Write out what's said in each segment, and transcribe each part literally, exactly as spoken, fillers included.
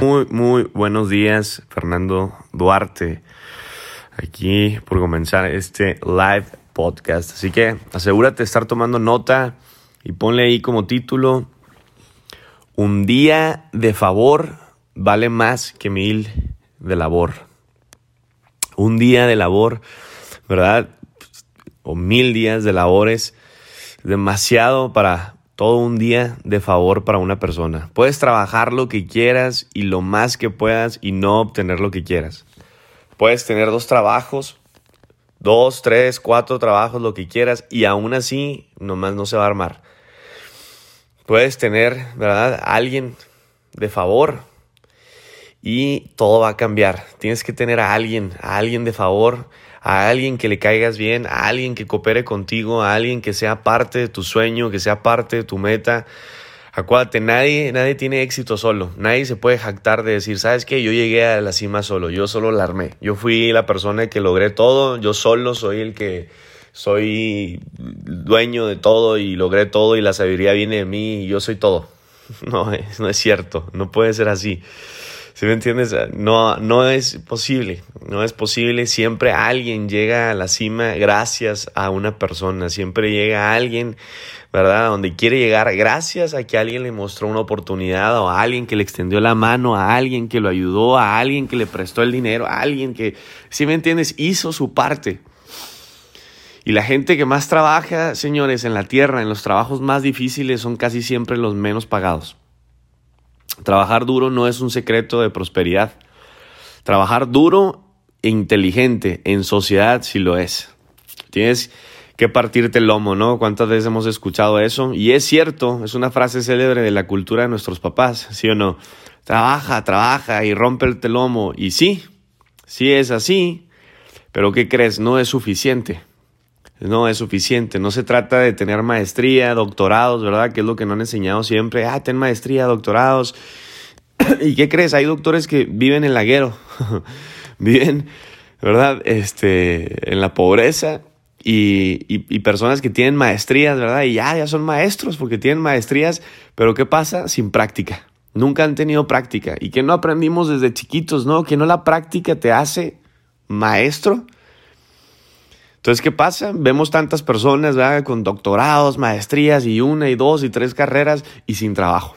Muy, muy buenos días, Fernando Duarte, aquí por comenzar este live podcast. Así que asegúrate de estar tomando nota y ponle ahí como título: un día de favor vale más que mil de labor. Un día de labor, ¿verdad? O mil días de labor es demasiado para todo un día de favor para una persona. Puedes trabajar lo que quieras y lo más que puedas y no obtener lo que quieras. Puedes tener dos trabajos, dos, tres, cuatro trabajos, lo que quieras, y aún así nomás no se va a armar. Puedes tener, ¿verdad?, alguien de favor y todo va a cambiar. Tienes que tener a alguien, a alguien de favor, a alguien que le caigas bien, a alguien que coopere contigo, a alguien que sea parte de tu sueño, que sea parte de tu meta. Acuérdate, nadie, nadie tiene éxito solo. Nadie se puede jactar de decir, ¿sabes qué? Yo llegué a la cima solo, yo solo la armé. Yo fui la persona que logré todo, yo solo soy el que soy dueño de todo y logré todo y la sabiduría viene de mí y yo soy todo. No, no es cierto, no puede ser así. ¿Sí me entiendes? No, no es posible, no es posible. Siempre alguien llega a la cima gracias a una persona. Siempre llega alguien, ¿verdad?, a donde quiere llegar gracias a que alguien le mostró una oportunidad, o a alguien que le extendió la mano, a alguien que lo ayudó, a alguien que le prestó el dinero, a alguien que, ¿sí me entiendes?, hizo su parte. Y la gente que más trabaja, señores, en la tierra, en los trabajos más difíciles, son casi siempre los menos pagados. Trabajar duro no es un secreto de prosperidad. Trabajar duro e inteligente en sociedad sí lo es. Tienes que partirte el lomo, ¿no? ¿Cuántas veces hemos escuchado eso? Y es cierto, es una frase célebre de la cultura de nuestros papás, ¿sí o no? Trabaja, trabaja y rómpete el lomo. Y sí, sí es así, pero ¿qué crees? No es suficiente. No es suficiente, no se trata de tener maestría, doctorados, ¿verdad? Que es lo que nos han enseñado siempre. Ah, ten maestría, doctorados. ¿Y qué crees? Hay doctores que viven en laguero, viven, ¿verdad?, este, en la pobreza y, y, y personas que tienen maestrías, ¿verdad? Y ya, ya son maestros porque tienen maestrías, pero ¿qué pasa? Sin práctica. Nunca han tenido práctica. ¿Y que no aprendimos desde chiquitos, no? Que no la práctica te hace maestro. Entonces, ¿qué pasa? Vemos tantas personas, ¿verdad?, con doctorados, maestrías y una y dos y tres carreras y sin trabajo.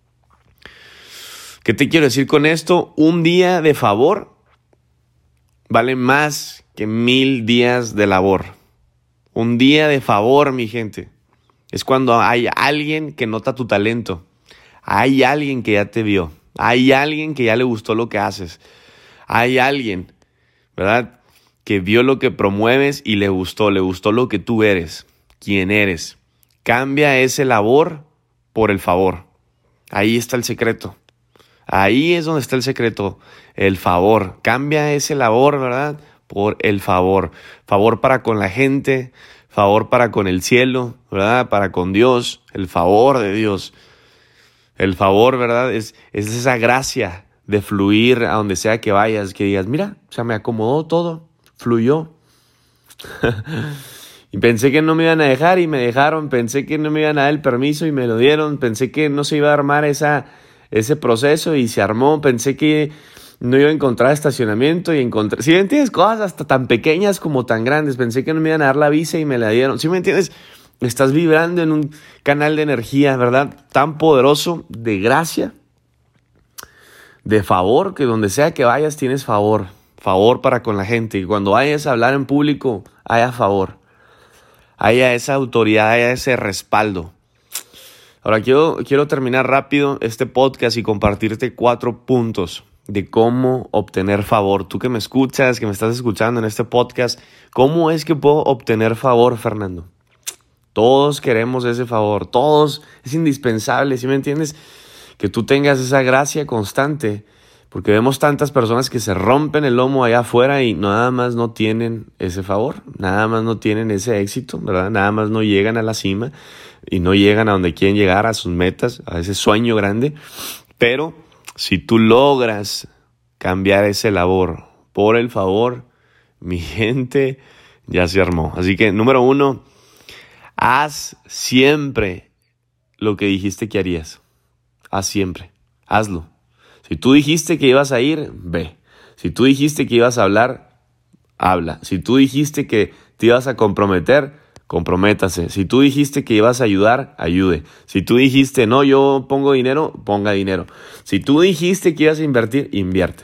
¿Qué te quiero decir con esto? Un día de favor vale más que mil días de labor. Un día de favor, mi gente, es cuando hay alguien que nota tu talento. Hay alguien que ya te vio. Hay alguien que ya le gustó lo que haces. Hay alguien, ¿verdad?, que vio lo que promueves y le gustó, le gustó lo que tú eres, quién eres. Cambia ese labor por el favor. Ahí está el secreto. Ahí es donde está el secreto, el favor. Cambia ese labor, ¿verdad?, por el favor. Favor para con la gente, favor para con el cielo, ¿verdad?, para con Dios, el favor de Dios. El favor, ¿verdad?, es, es esa gracia de fluir a donde sea que vayas, que digas, mira, o sea, me acomodó todo. Fluyó. Y pensé que no me iban a dejar y me dejaron. Pensé que no me iban a dar el permiso y me lo dieron. Pensé que no se iba a armar esa, ese proceso y se armó. Pensé que no iba a encontrar estacionamiento y encontré... ¿Sí me entiendes? Cosas hasta tan pequeñas como tan grandes. Pensé que no me iban a dar la visa y me la dieron. ¿Sí me entiendes? Estás vibrando en un canal de energía, ¿verdad?, tan poderoso, de gracia, de favor, que donde sea que vayas tienes favor. Favor para con la gente. Y cuando vayas a hablar en público, haya favor. Haya esa autoridad, haya ese respaldo. Ahora, quiero, quiero terminar rápido este podcast y compartirte cuatro puntos de cómo obtener favor. Tú que me escuchas, que me estás escuchando en este podcast, ¿cómo es que puedo obtener favor, Fernando? Todos queremos ese favor. Todos. Es indispensable, ¿sí me entiendes? Que tú tengas esa gracia constante. Porque vemos tantas personas que se rompen el lomo allá afuera y nada más no tienen ese favor, nada más no tienen ese éxito, ¿verdad? Nada más no llegan a la cima y no llegan a donde quieren llegar, a sus metas, a ese sueño grande. Pero si tú logras cambiar ese labor por el favor, mi gente, ya se armó. Así que, número uno, haz siempre lo que dijiste que harías. Haz siempre, hazlo. Si tú dijiste que ibas a ir, ve. Si tú dijiste que ibas a hablar, habla. Si tú dijiste que te ibas a comprometer, comprométase. Si tú dijiste que ibas a ayudar, ayude. Si tú dijiste, no, yo pongo dinero, ponga dinero. Si tú dijiste que ibas a invertir, invierte.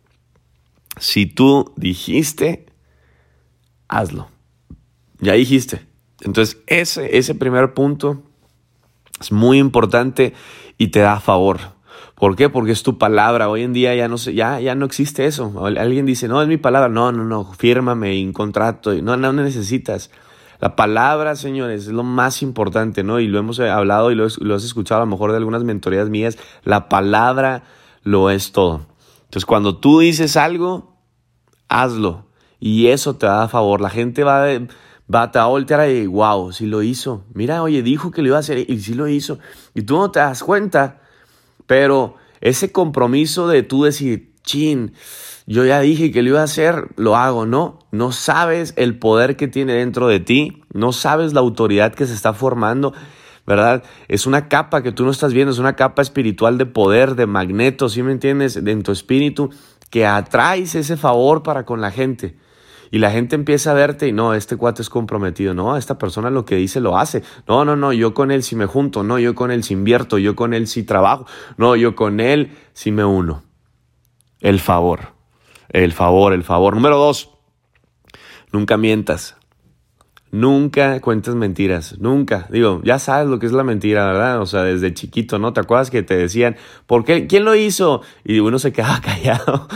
Si tú dijiste, hazlo. Ya dijiste. Entonces, ese, ese primer punto es muy importante y te da favor. ¿Por qué? Porque es tu palabra. Hoy en día ya no sé, ya, ya no existe eso. Alguien dice, no, es mi palabra. No, no, no, fírmame un contrato. No, no necesitas. La palabra, señores, es lo más importante, ¿no? Y lo hemos hablado y lo, lo has escuchado a lo mejor de algunas mentorías mías. La palabra lo es todo. Entonces, cuando tú dices algo, hazlo. Y eso te da favor. La gente va, de, va te va a voltear y, wow, sí lo hizo. Mira, oye, dijo que lo iba a hacer y sí lo hizo. Y tú no te das cuenta. Pero ese compromiso de tú decir, chin, yo ya dije que lo iba a hacer, lo hago, ¿no? No sabes el poder que tiene dentro de ti, no sabes la autoridad que se está formando, ¿verdad? Es una capa que tú no estás viendo, es una capa espiritual de poder, de magneto, ¿sí me entiendes? En tu espíritu, que atraes ese favor para con la gente. Y la gente empieza a verte y no, este cuate es comprometido. No, esta persona lo que dice lo hace. No, no, no, yo con él sí me junto. No, yo con él sí invierto. Yo con él sí trabajo. No, yo con él sí me uno. El favor. El favor, el favor. Número dos, nunca mientas. Nunca cuentes mentiras, nunca. Digo, ya sabes lo que es la mentira, ¿verdad? O sea, desde chiquito, ¿no? ¿Te acuerdas que te decían, ¿por qué? ¿Quién lo hizo? Y uno se quedaba callado.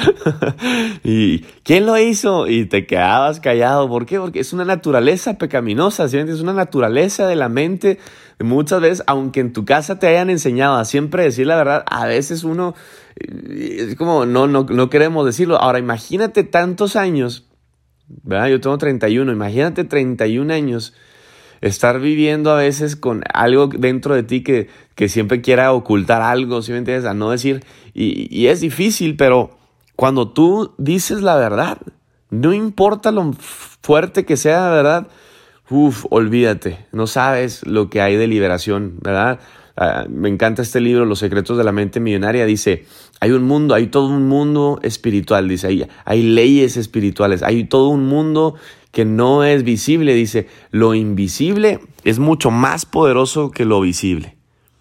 ¿Y quién lo hizo? Y te quedabas callado. ¿Por qué? Porque es una naturaleza pecaminosa, ¿sí? Es una naturaleza de la mente. Muchas veces, aunque en tu casa te hayan enseñado a siempre decir la verdad, a veces uno, es como, no, no, no queremos decirlo. Ahora, imagínate tantos años, ¿verdad? Yo tengo treinta y uno, imagínate treinta y un años estar viviendo a veces con algo dentro de ti que, que siempre quiera ocultar algo, ¿sí me entiendes? A no decir, y, y es difícil, pero cuando tú dices la verdad, no importa lo fuerte que sea la verdad, uff, olvídate, no sabes lo que hay de liberación, ¿verdad? Uh, me encanta este libro, Los secretos de la mente millonaria. Dice, hay un mundo, hay todo un mundo espiritual. Dice, hay, hay leyes espirituales, hay todo un mundo que no es visible. Dice, lo invisible es mucho más poderoso que lo visible.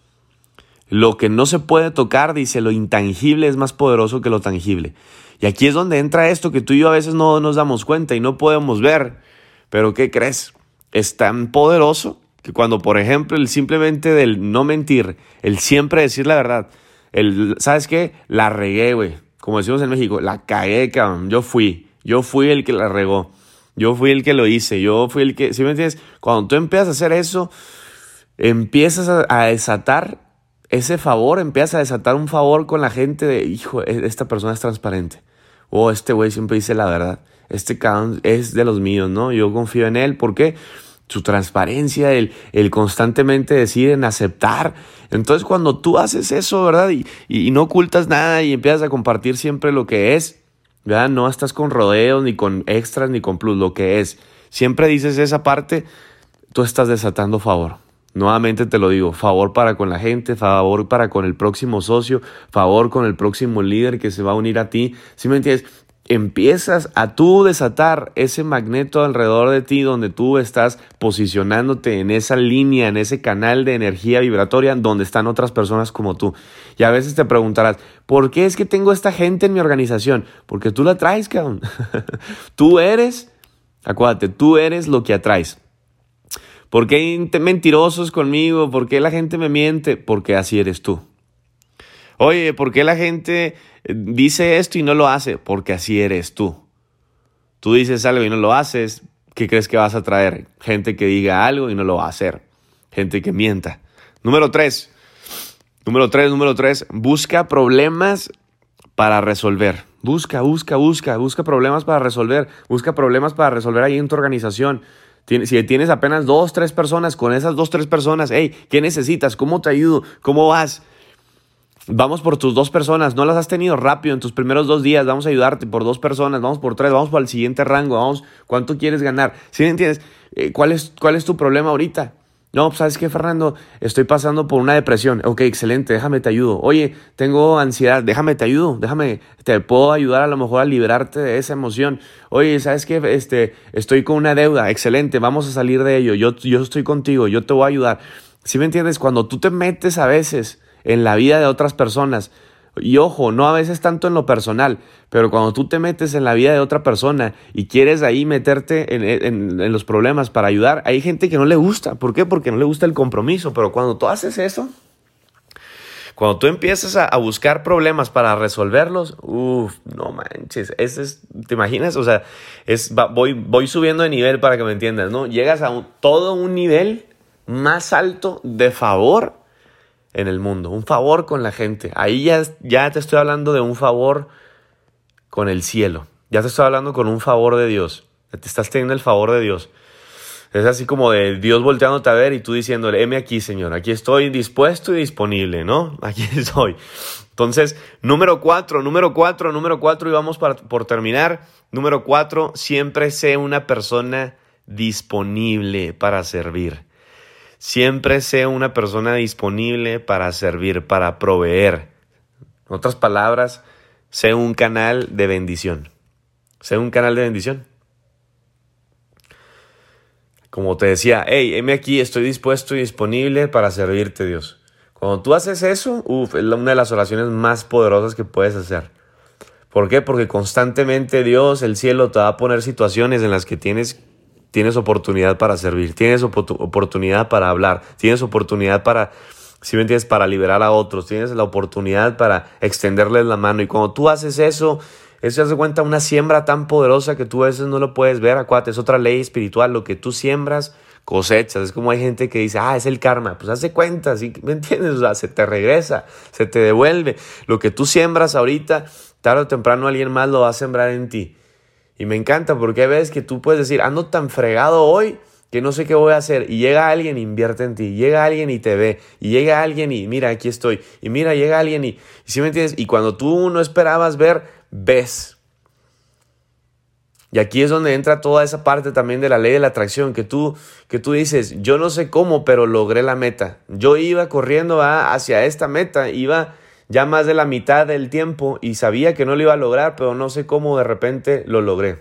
Lo que no se puede tocar, dice, lo intangible es más poderoso que lo tangible. Y aquí es donde entra esto que tú y yo a veces no nos damos cuenta y no podemos ver. Pero ¿qué crees? Es tan poderoso que cuando, por ejemplo, el simplemente del no mentir, el siempre decir la verdad, el, ¿sabes qué? La regué, güey. Como decimos en México, la cagué, cabrón. Yo fui. Yo fui el que la regó. Yo fui el que lo hice. Yo fui el que... ¿Sí me entiendes? Cuando tú empiezas a hacer eso, empiezas a, a desatar ese favor, empiezas a desatar un favor con la gente de, hijo, esta persona es transparente. O este güey siempre dice la verdad. Este cabrón es de los míos, ¿no? Yo confío en él. ¿Por qué? Su transparencia, el, el constantemente decir, en aceptar. Entonces, cuando tú haces eso, ¿verdad? Y, y, y no ocultas nada y empiezas a compartir siempre lo que es, ¿verdad? No estás con rodeos, ni con extras, ni con plus, lo que es. Siempre dices esa parte, tú estás desatando favor. Nuevamente te lo digo, favor para con la gente, favor para con el próximo socio, favor con el próximo líder que se va a unir a ti. ¿Sí me entiendes? Empiezas a tú desatar ese magneto alrededor de ti donde tú estás posicionándote en esa línea, en ese canal de energía vibratoria donde están otras personas como tú. Y a veces te preguntarás, ¿por qué es que tengo esta gente en mi organización? Porque tú la traes, cabrón. Tú eres, acuérdate, tú eres lo que atraes. ¿Por qué hay mentirosos conmigo? ¿Por qué la gente me miente? Porque así eres tú. Oye, ¿por qué la gente dice esto y no lo hace? Porque así eres tú. Tú dices algo y no lo haces, ¿qué crees que vas a traer? Gente que diga algo y no lo va a hacer. Gente que mienta. Número tres. Número tres, número tres. Busca problemas para resolver. Busca, busca, busca. Busca problemas para resolver. Busca problemas para resolver ahí en tu organización. Si tienes apenas dos, tres personas, con esas dos, tres personas, hey, ¿qué necesitas? ¿Cómo te ayudo? ¿Cómo vas? Vamos por tus dos personas, no las has tenido rápido en tus primeros dos días, vamos a ayudarte por dos personas, vamos por tres, vamos por el siguiente rango, vamos, ¿cuánto quieres ganar? ¿Sí me entiendes? Eh, ¿cuál es, cuál es tu problema ahorita? No, pues, ¿sabes qué, Fernando? Estoy pasando por una depresión. Ok, excelente, déjame te ayudo. Oye, tengo ansiedad, déjame te ayudo. Déjame, te puedo ayudar a lo mejor a liberarte de esa emoción. Oye, ¿sabes qué? Este, estoy con una deuda. Excelente, vamos a salir de ello. Yo, yo estoy contigo, yo te voy a ayudar. ¿Sí me entiendes? Cuando tú te metes a veces en la vida de otras personas, y ojo, no a veces tanto en lo personal, pero cuando tú te metes en la vida de otra persona y quieres ahí meterte en, en, en los problemas para ayudar, hay gente que no le gusta. ¿Por qué? Porque no le gusta el compromiso. Pero cuando tú haces eso, cuando tú empiezas a, a buscar problemas para resolverlos, uff, no manches, ese es, ¿te imaginas? O sea, es, va, voy, voy subiendo de nivel para que me entiendas, ¿no? Llegas a un, todo un nivel más alto de favor en el mundo, un favor con la gente. Ahí ya, ya te estoy hablando de un favor con el cielo. Ya te estoy hablando con un favor de Dios. Te estás teniendo el favor de Dios. Es así como de Dios volteándote a ver y tú diciéndole, heme aquí, Señor, aquí estoy dispuesto y disponible, ¿no? Aquí estoy. Entonces, número cuatro, número cuatro, número cuatro, y vamos para, por terminar. Número cuatro, siempre sé una persona disponible para servir. Siempre sea una persona disponible para servir, para proveer. En otras palabras, sé un canal de bendición. Sé un canal de bendición. Como te decía, hey, heme aquí, estoy dispuesto y disponible para servirte, Dios. Cuando tú haces eso, uf, es una de las oraciones más poderosas que puedes hacer. ¿Por qué? Porque constantemente Dios, el cielo, te va a poner situaciones en las que tienes Tienes oportunidad para servir, tienes op- oportunidad para hablar, tienes oportunidad para, si me entiendes, para liberar a otros, tienes la oportunidad para extenderles la mano. Y cuando tú haces eso, eso se hace cuenta una siembra tan poderosa que tú a veces no lo puedes ver. Acuérdate, es otra ley espiritual, lo que tú siembras, cosechas. Es como hay gente que dice, ah, es el karma. Pues hace cuenta, ¿sí? ¿Me entiendes? O sea, se te regresa, se te devuelve. Lo que tú siembras ahorita, tarde o temprano alguien más lo va a sembrar en ti. Y me encanta porque hay veces que tú puedes decir, ando tan fregado hoy que no sé qué voy a hacer. Y llega alguien y invierte en ti. Llega alguien y te ve. Y llega alguien y mira, aquí estoy. Y mira, llega alguien y, y ¿sí me entiendes? Y cuando tú no esperabas ver, ves. Y aquí es donde entra toda esa parte también de la ley de la atracción. Que tú, que tú dices, yo no sé cómo, pero logré la meta. Yo iba corriendo ¿va? hacia esta meta. Iba ya más de la mitad del tiempo y sabía que no lo iba a lograr, pero no sé cómo de repente lo logré.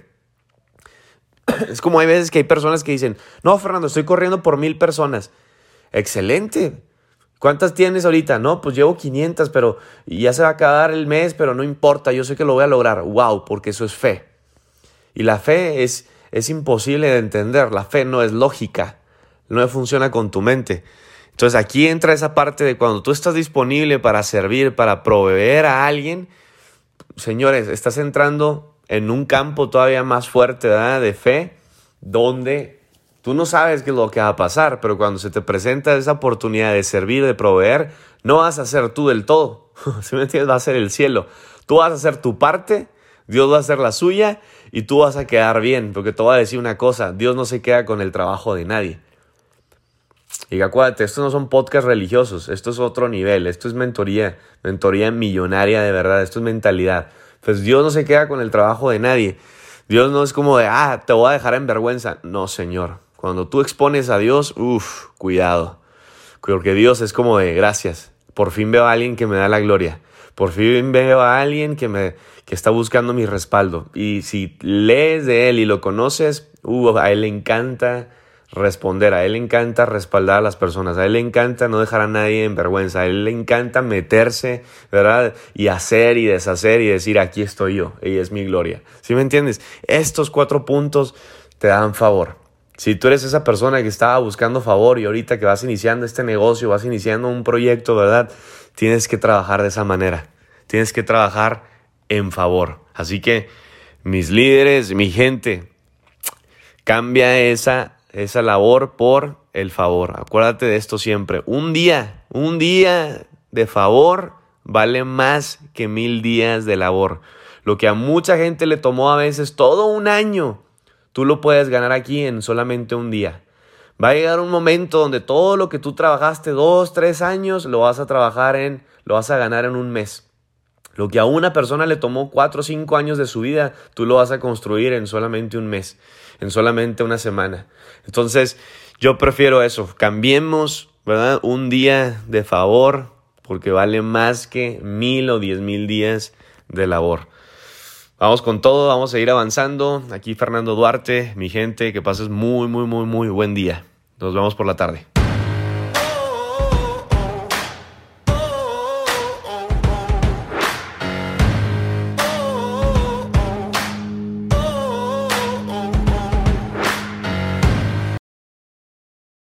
Es como hay veces que hay personas que dicen, no, Fernando, estoy corriendo por mil personas. Excelente. ¿Cuántas tienes ahorita? No, pues llevo quinientas, pero ya se va a acabar el mes, pero no importa, yo sé que lo voy a lograr. Wow, porque eso es fe. Y la fe es, es imposible de entender, la fe no es lógica, no funciona con tu mente. Entonces aquí entra esa parte de cuando tú estás disponible para servir, para proveer a alguien, señores, estás entrando en un campo todavía más fuerte, ¿verdad? De fe, donde tú no sabes qué es lo que va a pasar, pero cuando se te presenta esa oportunidad de servir, de proveer, no vas a ser tú del todo, ¿sí me entiendes? Va a ser el cielo. Tú vas a hacer tu parte, Dios va a hacer la suya y tú vas a quedar bien, porque te voy a decir una cosa, Dios no se queda con el trabajo de nadie. Y acuérdate, estos no son podcasts religiosos, esto es otro nivel, esto es mentoría, mentoría millonaria de verdad, esto es mentalidad. Pues Dios no se queda con el trabajo de nadie. Dios no es como de, ah, te voy a dejar en vergüenza. No, Señor. Cuando tú expones a Dios, uff, cuidado. Porque Dios es como de, gracias. Por fin veo a alguien que me da la gloria. Por fin veo a alguien que, me, que está buscando mi respaldo. Y si lees de Él y lo conoces, uh, a Él le encanta responder, a Él le encanta respaldar a las personas, a Él le encanta no dejar a nadie en vergüenza, a Él le encanta meterse, ¿verdad? Y hacer y deshacer y decir, aquí estoy yo, y es mi gloria. ¿Sí me entiendes? Estos cuatro puntos te dan favor. Si tú eres esa persona que estaba buscando favor y ahorita que vas iniciando este negocio, vas iniciando un proyecto, ¿verdad? Tienes que trabajar de esa manera. Tienes que trabajar en favor. Así que, mis líderes, mi gente, cambia esa esa labor por el favor. Acuérdate de esto siempre. Un día, un día de favor vale más que mil días de labor. Lo que a mucha gente le tomó a veces todo un año, tú lo puedes ganar aquí en solamente un día. Va a llegar un momento donde todo lo que tú trabajaste dos, tres años, lo vas a trabajar en, lo vas a ganar en un mes. Lo que a una persona le tomó cuatro o cinco años de su vida, tú lo vas a construir en solamente un mes, en solamente una semana. Entonces, yo prefiero eso. Cambiemos, ¿verdad? Un día de favor porque vale más que mil o diez mil días de labor. Vamos con todo, vamos a ir avanzando. Aquí Fernando Duarte, mi gente, que pases muy, muy, muy, muy buen día. Nos vemos por la tarde.